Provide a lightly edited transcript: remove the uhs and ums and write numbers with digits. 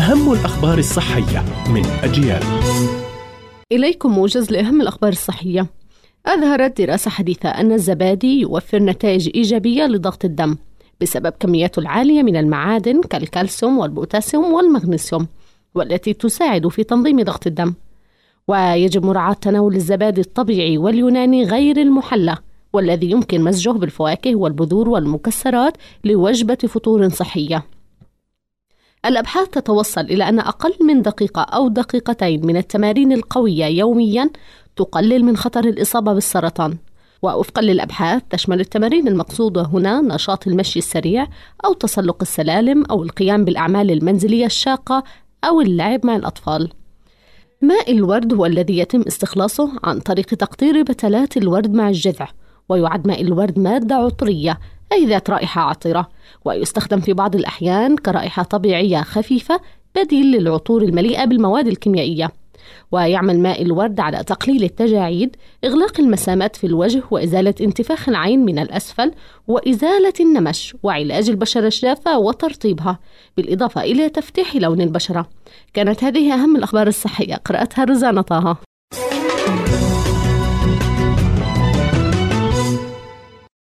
أهم الأخبار الصحية من أجيال. إليكم موجز لأهم الأخبار الصحية. أظهرت دراسة حديثة أن الزبادي يوفر نتائج إيجابية لضغط الدم بسبب كمياته العالية من المعادن كالكالسيوم والبوتاسيوم والمغنيسيوم، والتي تساعد في تنظيم ضغط الدم. ويجب مراعاة تناول الزبادي الطبيعي واليوناني غير المحلى، والذي يمكن مزجه بالفواكه والبذور والمكسرات لوجبة فطور صحية. الأبحاث تتوصل إلى أن أقل من دقيقة أو دقيقتين من التمارين القوية يومياً تقلل من خطر الإصابة بالسرطان. ووفقاً للأبحاث تشمل التمارين المقصودة هنا نشاط المشي السريع أو تسلق السلالم أو القيام بالأعمال المنزلية الشاقة أو اللعب مع الأطفال. ماء الورد هو الذي يتم استخلاصه عن طريق تقطير بتلات الورد مع الجذع، ويعد ماء الورد مادة عطرية أي ذات رائحة عطرة، ويستخدم في بعض الأحيان كرائحة طبيعية خفيفة بديل للعطور المليئة بالمواد الكيميائية. ويعمل ماء الورد على تقليل التجاعيد، إغلاق المسامات في الوجه، وإزالة انتفاخ العين من الأسفل، وإزالة النمش، وعلاج البشرة الجافة وترطيبها، بالإضافة إلى تفتيح لون البشرة. كانت هذه أهم الأخبار الصحية، قرأتها رزانة طه.